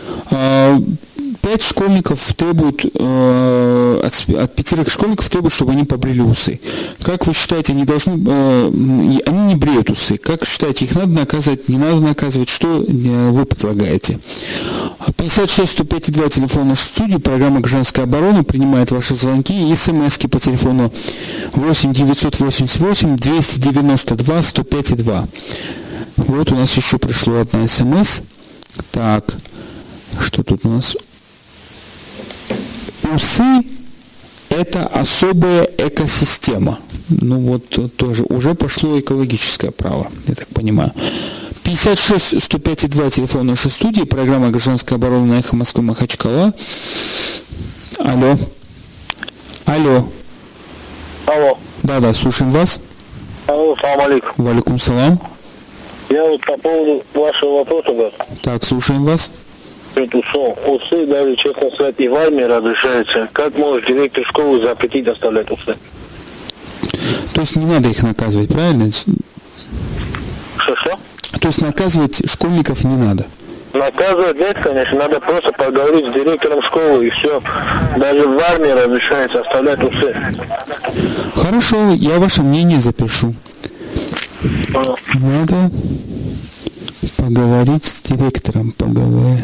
S1: Пять школьников требуют, от, от пятерых школьников требуют, чтобы они побрили усы. Как вы считаете, они должны, они не бреют усы. Как считаете, их надо наказывать, не надо наказывать? Что вы предлагаете? пятьдесят шесть сто пять и два телефон нашей студии, программа «Гражданская оборона» принимает ваши звонки и смски по телефону восемь девятьсот восемьдесят восемь двести девяносто два сто пять и два. Вот у нас еще пришло одна смс. Так, что тут у нас? Усы – это особая экосистема. Ну вот тоже уже пошло экологическое право, я так понимаю. пятьдесят шесть сто пять и два, телефон нашей студии, программа «Гражданская оборона» на Эхо Москвы Махачкала. Алло. Алло.
S9: Алло.
S1: Да-да, слушаем вас.
S9: Алло, салам алейкум.
S1: Валикум салам.
S9: Я вот по поводу вашего вопроса, брат.
S1: Так, слушаем вас.
S9: Это усы. Усы, даже, честно сказать, и в армии разрешаются. Как может директор школы запретить оставлять усы?
S1: То есть не надо их наказывать, правильно?
S9: Что-что?
S1: То есть наказывать школьников не надо?
S9: Наказывать нет, конечно, надо просто поговорить с директором школы, и все. Даже в армии разрешается оставлять усы.
S1: Хорошо, я ваше мнение запишу.
S9: А.
S1: Надо поговорить с директором, поговорить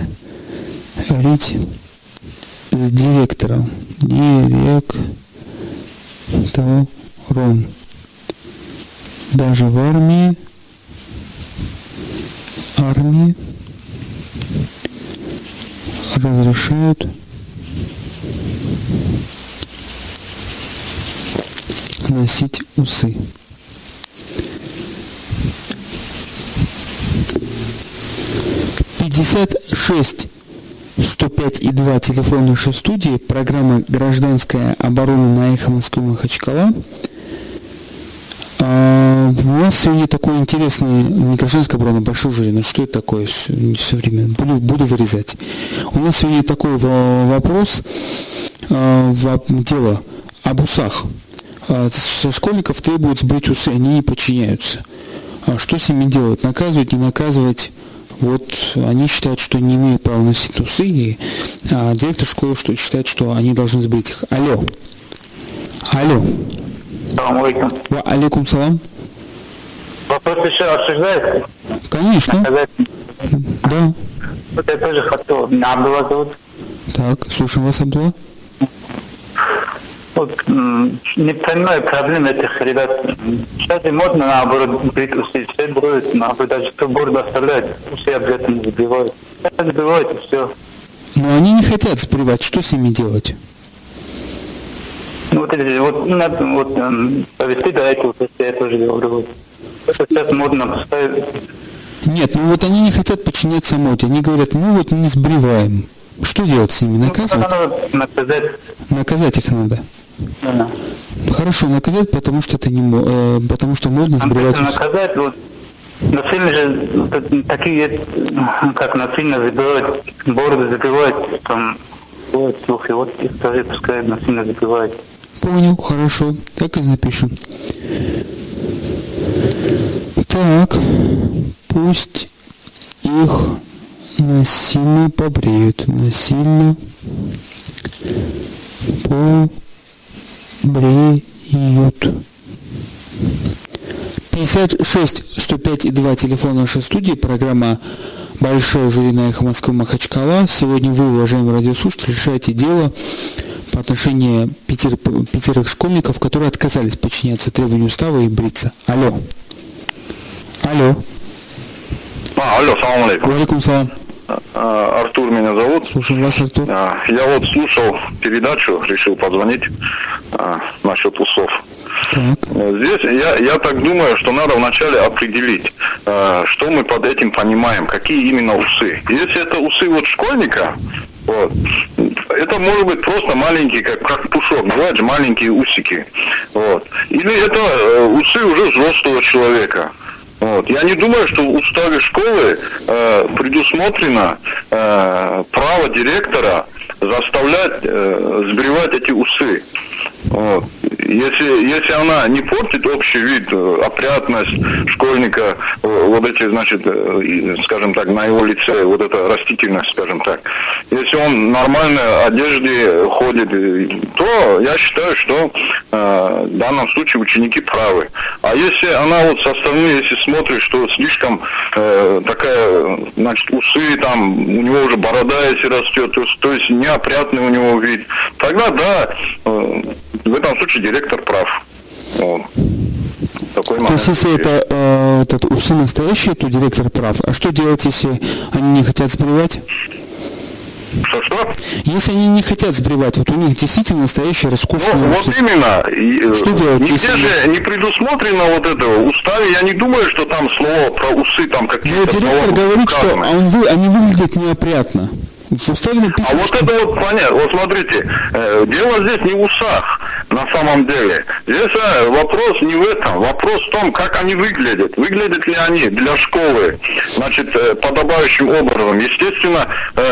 S1: с директором. Директором. Даже в армии, армии разрешают носить усы. пятьдесят шесть сто пять и два, телефон нашей студии, программа «Гражданская оборона» на Эхо Москвы Махачкала. А, у нас сегодня такой интересный, не гражданская оборона, большой жюри, но что это такое? Все время буду, буду вырезать. У нас сегодня такой вопрос, а, дело об усах. А, со школьников требуют сбрить усы, они не подчиняются. А что с ними делать? Наказывать, не наказывать? Вот они считают, что не имеют права носить усы, и, а директор школы что, считает, что они должны сбрить их. Алло. Алло.
S9: Салам алейкум.
S1: Ва алейкум салам.
S9: Вопрос еще обсуждается?
S1: Конечно.
S9: Наказать?
S1: Да.
S9: Вот я тоже хотел. Меня Абдулла зовут.
S1: Так, слушаем вас, Абдулла.
S9: Вот, не понимаю проблем этих ребят. Сейчас и модно, наоборот, брить усы. Все бреют, наоборот, даже кто бороду оставляет, усы обязательно забивают. Забивают, и все.
S1: Но они не хотят сбривать. Что с ними делать?
S9: Ну, вот, вот, надо, вот, повести до этого, я тоже говорю. Вот. Это сейчас модно поставить.
S1: Нет, ну вот они не хотят подчиняться моде. Они говорят, мы вот не сбриваем. Что делать с ними? Наказывать?
S9: Ну, наказать.
S1: Наказать их надо.
S9: Да.
S1: Хорошо, наказать, потому что это не э, потому что модно сбривать.
S9: Наказать, вот, насильно же, вот, такие, как насильно забивают, бороды забивают, там, вот, слухи, вот, их тоже пускай насильно забивают.
S1: Понял, хорошо, так и запишем. Так, пусть их насильно побреют, насильно побреют. пятьдесят шесть сто пять и два, телефон нашей студии, программа «Большое жюри» на Эхо Москвы Махачкала. Сегодня вы, уважаемые радиослушатели, решаете дело по отношению пятер, пятерых школьников, которые отказались подчиняться требованию устава и бриться. Алло. Алло.
S4: А, алло, салам алейкум.
S1: Алейкум салам.
S4: А, Артур меня зовут.
S1: Слушаю вас, Артур.
S4: А, я вот слушал передачу, решил позвонить а, насчет усов.
S1: Так.
S4: Здесь я, я так думаю, что надо вначале определить, а, что мы под этим понимаем, какие именно усы. Если это усы вот школьника, вот, это может быть просто маленькие, как, как пушок, бывают же маленькие усики. Вот. Или это э, усы уже взрослого человека. Вот. Я не думаю, что в уставе школы э, предусмотрено э, право директора заставлять э, сбривать эти усы. Вот. Если, если она не портит общий вид, опрятность школьника, вот эти, значит, скажем так, на его лице, вот эта растительность, скажем так. Если он в нормальной одежде ходит, то я считаю, что э, в данном случае ученики правы. А если она вот со стороны, если смотрит, что слишком э, такая, значит, усы, там, у него уже борода, если растет, то, то есть неопрятный у него вид, тогда да, э, в этом случае директор прав. Вот. Такой
S1: то есть, если это, э, этот усы настоящие, то директор прав. А что делать, если они не хотят сбривать?
S10: Что-что?
S1: Если они не хотят сбривать, вот у них действительно настоящие роскошные
S10: ну,
S1: усы.
S10: Вот именно.
S1: Что делать?
S10: Нигде
S1: если...
S10: же не предусмотрено вот этого. В уставе я не думаю, что там слово про усы там какие-то.
S1: Но директор говорит, что он вы, они выглядят неопрятно. В уставе написано,
S10: а вот
S1: что...
S10: это вот понятно. Вот смотрите, э, дело здесь не в усах на самом деле. Здесь э, вопрос не в этом. Вопрос в том, как они выглядят. Выглядят ли они для школы, значит, э, подобающим образом. Естественно,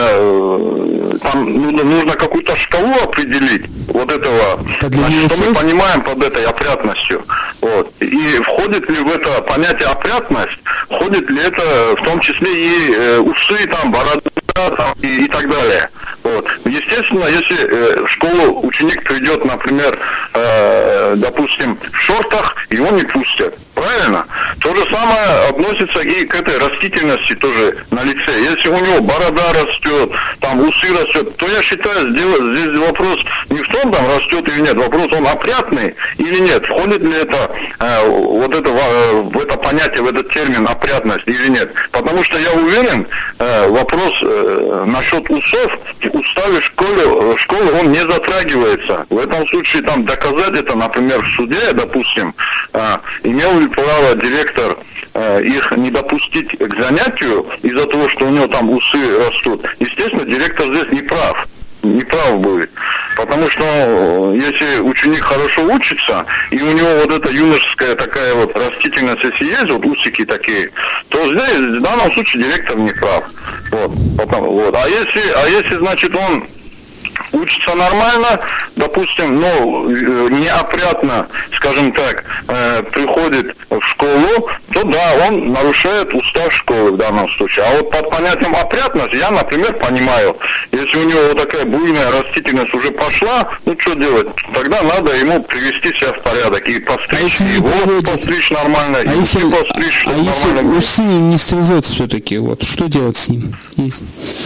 S10: э, там нужно, нужно какую-то шкалу определить вот этого. Значит, что мы понимаем под этой опрятностью. Вот. И входит ли в это понятие опрятность, входит ли это в том числе и э, усы, там, борода, там, и, и так далее. Вот. Естественно, если э, в школу ученик придет, например, э, допустим, в шортах, его не пустят. Правильно? То же самое относится и к этой растительности тоже на лице. Если у него борода растет, там усы растет, то я считаю, здесь, здесь вопрос не в том, там растет или нет, вопрос, он опрятный или нет, входит ли это э, вот это э, в это понятие, в этот термин опрятность или нет. Потому что я уверен, э, вопрос э, насчет усов в уставе школы, школы он не затрагивается. В этом случае там доказать это, например, в суде, допустим, э, имел ли право директор э, их не допустить к занятию из-за того, что у него там усы растут. Естественно, директор здесь не прав. Не прав будет. Потому что если ученик хорошо учится, и у него вот эта юношеская такая вот растительность, если есть, вот усики такие, то здесь в данном случае директор не прав. Вот. Потом, вот. А если, а если, значит, он учится нормально, допустим, но неопрятно, скажем так, э, приходит в школу, то да, он нарушает устав школы в данном случае. А вот под понятием опрятность я, например, понимаю, если у него вот такая буйная растительность уже пошла, ну что делать? Тогда надо ему привести себя в порядок и постричь
S1: а
S10: его,
S1: приводит...
S10: постричь нормально,
S1: а
S10: и
S1: если,
S10: постричь,
S1: а если
S10: нормально.
S1: Усы не стрижет все-таки, вот что делать с ним? Есть.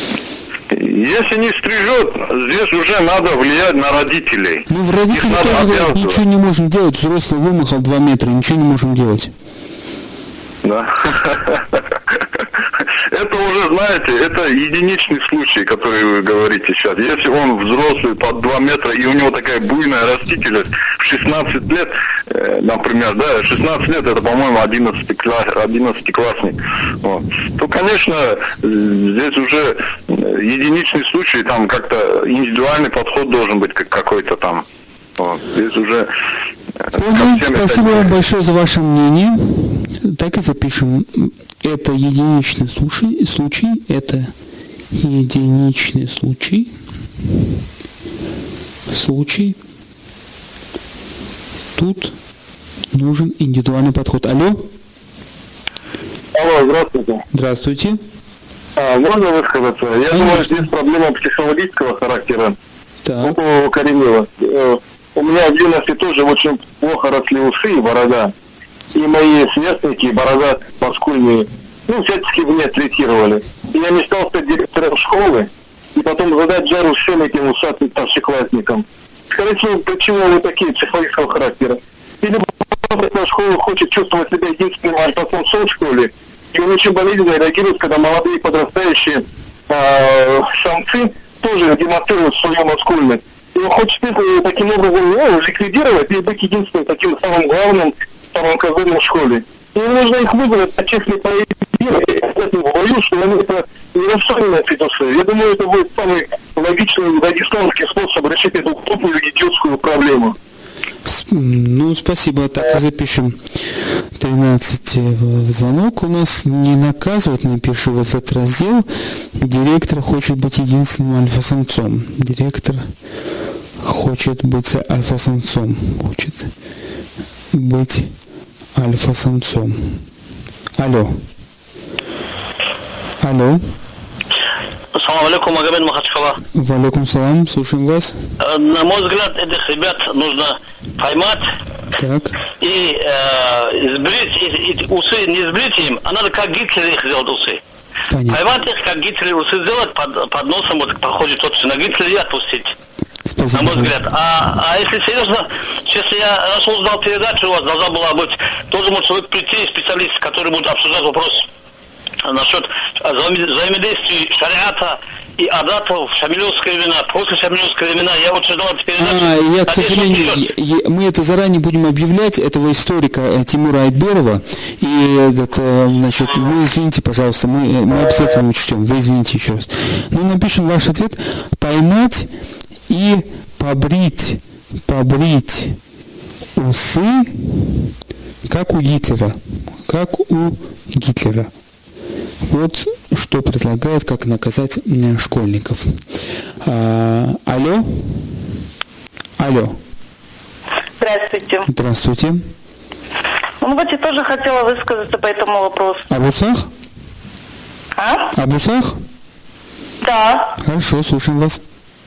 S10: Если не стрижет, здесь уже надо влиять на родителей.
S1: Ну, в родители тоже говорят, ничего не можем делать, взрослый вымахал два метра, ничего не можем делать.
S10: Да. Это уже, знаете, это единичный случай, который вы говорите сейчас. Если он взрослый под два метра, и у него такая буйная растительность в шестнадцать лет, э, например, да, шестнадцать лет, это, по-моему, одиннадцатиклассник, вот, то, конечно, здесь уже единичный случай, там как-то индивидуальный подход должен быть какой-то там. Вот, здесь уже...
S1: Понял, спасибо вам большое за ваше мнение. Так и запишем. Это единичный случай, случай, это единичный случай, случай. Тут нужен индивидуальный подход. Алло?
S11: Алло, здравствуйте.
S1: Здравствуйте.
S11: А, можно высказаться? Я Конечно. думаю, здесь проблема психологического характера.
S1: Так.
S11: Укоренила. У меня в юности тоже очень плохо росли усы и борода. И мои сверстники, борода маскульные, ну, всячески меня третировали. И я мечтал стать директором школы и потом задать жару всем этим усатым старшеклассникам. Скажите, почему вы такие психологического характера? Или просто школа хочет чувствовать себя единственным альфа-самцом в школе, и он очень болезненно реагирует, когда молодые подрастающие э, самцы тоже демонстрируют свою маскульность. И он хочет таким образом ну, ликвидировать и быть единственным таким самым главным, самым козырным в школе. И нужно их вызвать на честный поединок, и сказать им в бою, что они это не достойны фитусы. Я думаю, это будет самый логичный дагестанский способ решить эту крупную идиотскую проблему.
S1: Ну, спасибо, так и запишем. тринадцать звонок у нас не наказывает, напишу в этот раздел. Директор хочет быть единственным альфа-самцом. Директор хочет быть альфа-самцом. Хочет быть альфа-самцом. Алло. Алло.
S12: Ассаламу алейкум, Магомед Махачкала.
S1: Валейкум салам, слушаем вас.
S12: На мой взгляд, этих ребят нужно поймать
S1: так.
S12: и э, сбрить, и, и усы не сбрить им, а надо как Гитлер их сделать усы. Понятно. Поймать их, как Гитлер усы сделать под, под носом, вот похоже тот, что на Гитлера и отпустить. Спасибо. На мой взгляд. А, а если серьезно, сейчас я раз узнал передачу, у вас должна была быть, тоже может человек прийти, специалист, который будет обсуждать вопрос насчет взаимодействия шариата и обратно в шамилевские времена, после шамилевские времена, я вот ждал от передачи.
S1: А, я, к сожалению, я, мы это заранее будем объявлять, этого историка Тимура Айтберова, и этот, значит, вы извините, пожалуйста, мы, мы обязательно учтем, вы извините еще раз. Ну, напишем ваш ответ: поймать и побрить, побрить усы, как у Гитлера, как у Гитлера. Вот что предлагает, как наказать школьников. А, алло? Алло.
S13: Здравствуйте.
S1: Здравствуйте.
S13: Ну вот я тоже хотела высказаться по этому вопросу.
S1: Об усах?
S13: А?
S1: Об усах?
S13: Да.
S1: Хорошо, слушаем вас.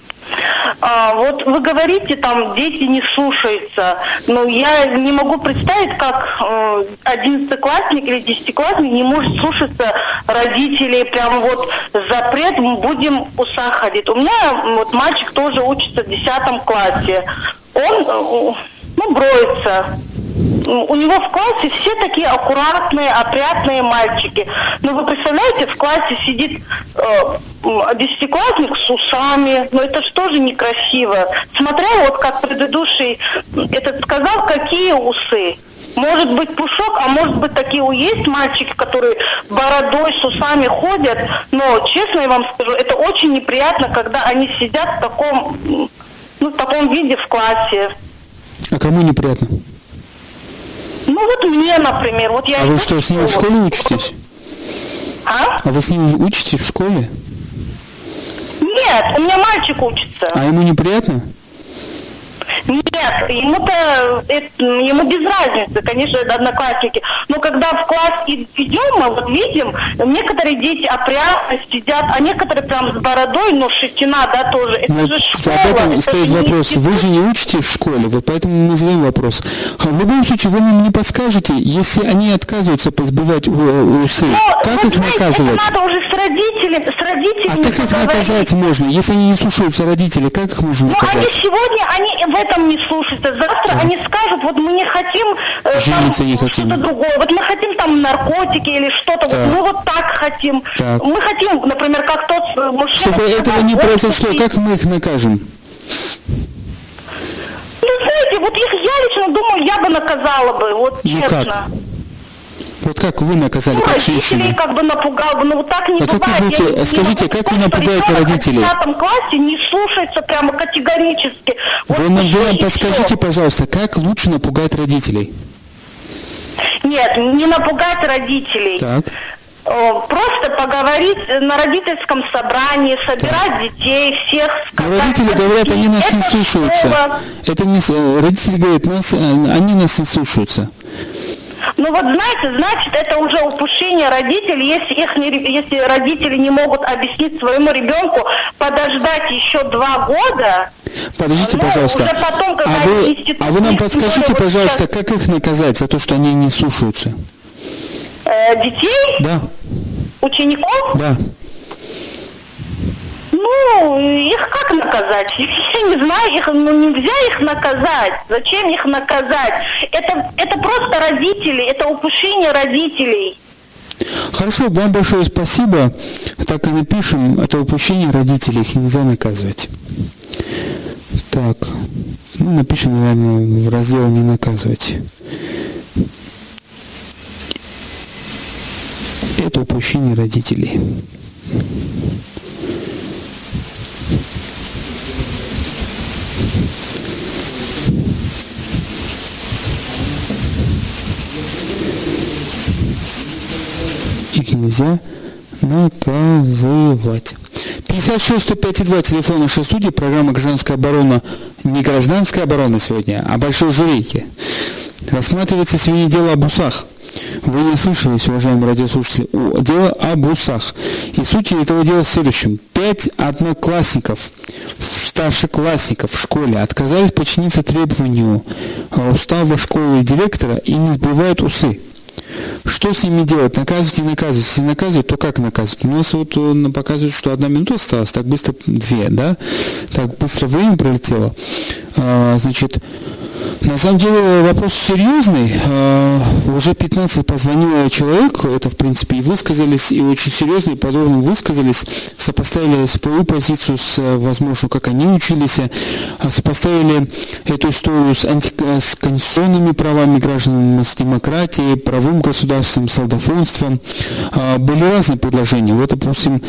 S13: А, вот вы говорите, там дети не слушаются, но я не могу представить, как э, одиннадцатиклассник или десятиклассник не может слушаться родителей, прям вот запрет, мы будем уса ходить. У меня вот мальчик тоже учится в десятом классе, он, ну, броется. У него в классе все такие аккуратные, опрятные мальчики. Но вы представляете, в классе сидит э, десятиклассник с усами. Но это же тоже некрасиво. Смотря вот как предыдущий этот сказал, какие усы. Может быть пушок, а может быть такие есть мальчики, которые бородой с усами ходят. Но честно я вам скажу, это очень неприятно, когда они сидят в таком, ну, в таком виде в классе.
S1: А кому неприятно?
S13: Ну вот мне, например, вот я...
S1: А вы что, с ними в школе учитесь?
S13: А?
S1: А вы с ними учитесь в школе?
S13: Нет, у меня мальчик учится.
S1: А ему неприятно?
S13: Нет, ему-то, это, ему без разницы, конечно, это одноклассники. Но когда в класс идем, мы вот видим, некоторые дети опрятно сидят, а некоторые прям с бородой, но шитина, да, тоже. Это
S1: вот
S13: же школа.
S1: Об этом
S13: это
S1: стоит
S13: же
S1: вопрос. Вы же не учитесь в школе, вот поэтому мы задаем вопрос. В любом случае, вы нам не подскажете, если они отказываются позбывать усы,
S13: но,
S1: как
S13: вот,
S1: их
S13: знаете,
S1: наказывать?
S13: Это надо уже с родителями, с родителями.
S1: А как их наказать можно, если они не слушаются родителей, как их можно наказать?
S13: Ну, они сегодня, они в этом не слушаются, завтра да. они скажут, вот мы не хотим э,
S1: жениться,
S13: там,
S1: не хотим.
S13: Что-то другое, вот мы хотим там наркотики или что-то, вот мы вот так хотим.
S1: Так.
S13: Мы хотим, например, как тот мужчина...
S1: Чтобы этого не произошло, как мы их накажем?
S13: Ну, знаете, вот их я лично думаю, я бы наказала бы, вот
S1: ну,
S13: честно.
S1: Как? Вот как вы наказали,
S13: ну,
S1: как женщина?
S13: как бы напугал бы, но вот так не
S1: а
S13: бывает.
S1: Как вы будете,
S13: я,
S1: скажите,
S13: я
S1: как вы напугаете родителей?
S13: В пятом классе не слушается прямо категорически. Вот
S1: вы нам, вы нам подскажите, пожалуйста, как лучше напугать родителей?
S13: Нет, не напугать родителей.
S1: Так.
S13: Просто поговорить на родительском собрании, собирать так. детей, всех сказать.
S1: Но родители говорят, они нас не слушаются. Слово... Это не родители говорят, нас, они нас не слушаются.
S13: Ну вот знаете, значит, это уже упущение родителей, если их не, если родители не могут объяснить своему ребенку подождать еще два года.
S1: Подождите, ну, пожалуйста.
S13: Уже потом,
S1: а, вы, а вы нам подскажите, пожалуйста, вот сейчас... как их наказать за то, что они не слушаются?
S13: Э, детей?
S1: Да.
S13: Учеников?
S1: Да.
S13: Ну, их как наказать? Я не знаю, их, ну, нельзя их наказать. Зачем их наказать? Это, это просто родители, это упущение родителей.
S1: Хорошо, вам большое спасибо. Так и напишем, это упущение родителей, их нельзя наказывать. Так, ну напишем, наверное, в раздел «Не наказывать». Это упущение родителей. Их нельзя наказывать. пятьдесят шесть сто пять два, телефон нашей студии, программа «Гражданская оборона», не гражданская оборона сегодня, а большой жюри. Рассматривается сегодня дело об усах. Вы не слышались, уважаемые радиослушатели, дело об усах. И суть этого дела в следующем. Пять одноклассников, старшеклассников в школе отказались подчиниться требованию устава школы и директора и не сбривают усы. Что с ними делать? Наказывать, не наказывать? Если наказывать, то как наказывать? У нас вот он показывает, что одна минута осталась, так быстро две, да? Так быстро время пролетело. А, значит, На самом деле вопрос серьезный. Уже пятнадцать позвонило человек, это в принципе и высказались, и очень серьезно и подробно высказались, сопоставили свою позицию с, возможно, как они учились, сопоставили эту историю с, анти... с конституционными правами граждан, с демократией, правым государством, солдафонством. Были разные предложения. Вот, допустим,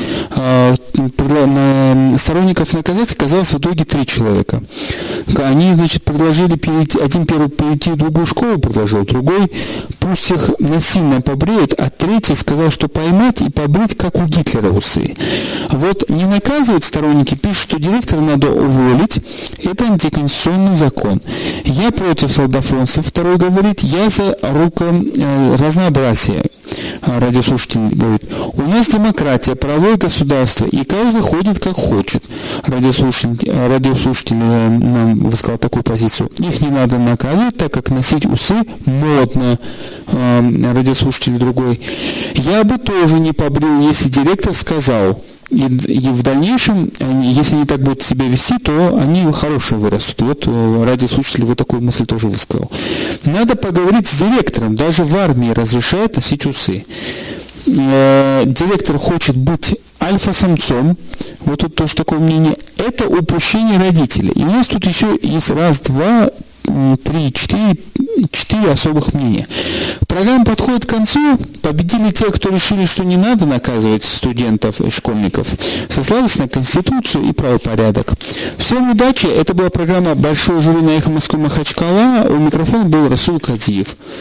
S1: сторонников наказать оказалось в итоге три человека. Они, значит, предложили перейти, один первый перейти в другую школу предложил, другой пусть их насильно побреют, а третий сказал, что поймать и побрить, как у Гитлера усы. Вот не наказывают сторонники, пишут, что директора надо уволить, это антиконституционный закон. Я против солдафонства, второй говорит, я за руко, э, разнообразие. Радиослушатель говорит, у нас демократия, правое государство, и каждый ходит как хочет. Радиослушатель, радиослушатель нам высказал такую позицию. Их не надо наказывать, так как носить усы модно. Радиослушатель другой. Я бы тоже не побрил, если директор сказал. И, и в дальнейшем, если они так будут себя вести, то они хорошие вырастут. Вот радиослушатель вот такую мысль тоже высказал. Надо поговорить с директором. Даже в армии разрешают носить усы. Директор хочет быть альфа-самцом. Вот тут тоже такое мнение. Это упущение родителей. И у нас тут еще есть раз, два, три, четыре, четыре особых мнения. Программа подходит к концу. Победили те, кто решили, что не надо наказывать студентов и школьников. Сослались на Конституцию и правопорядок. Всем удачи. Это была программа «Большое жюри» на Эхо Москвы Махачкала. У микрофона был Расул Кадиев.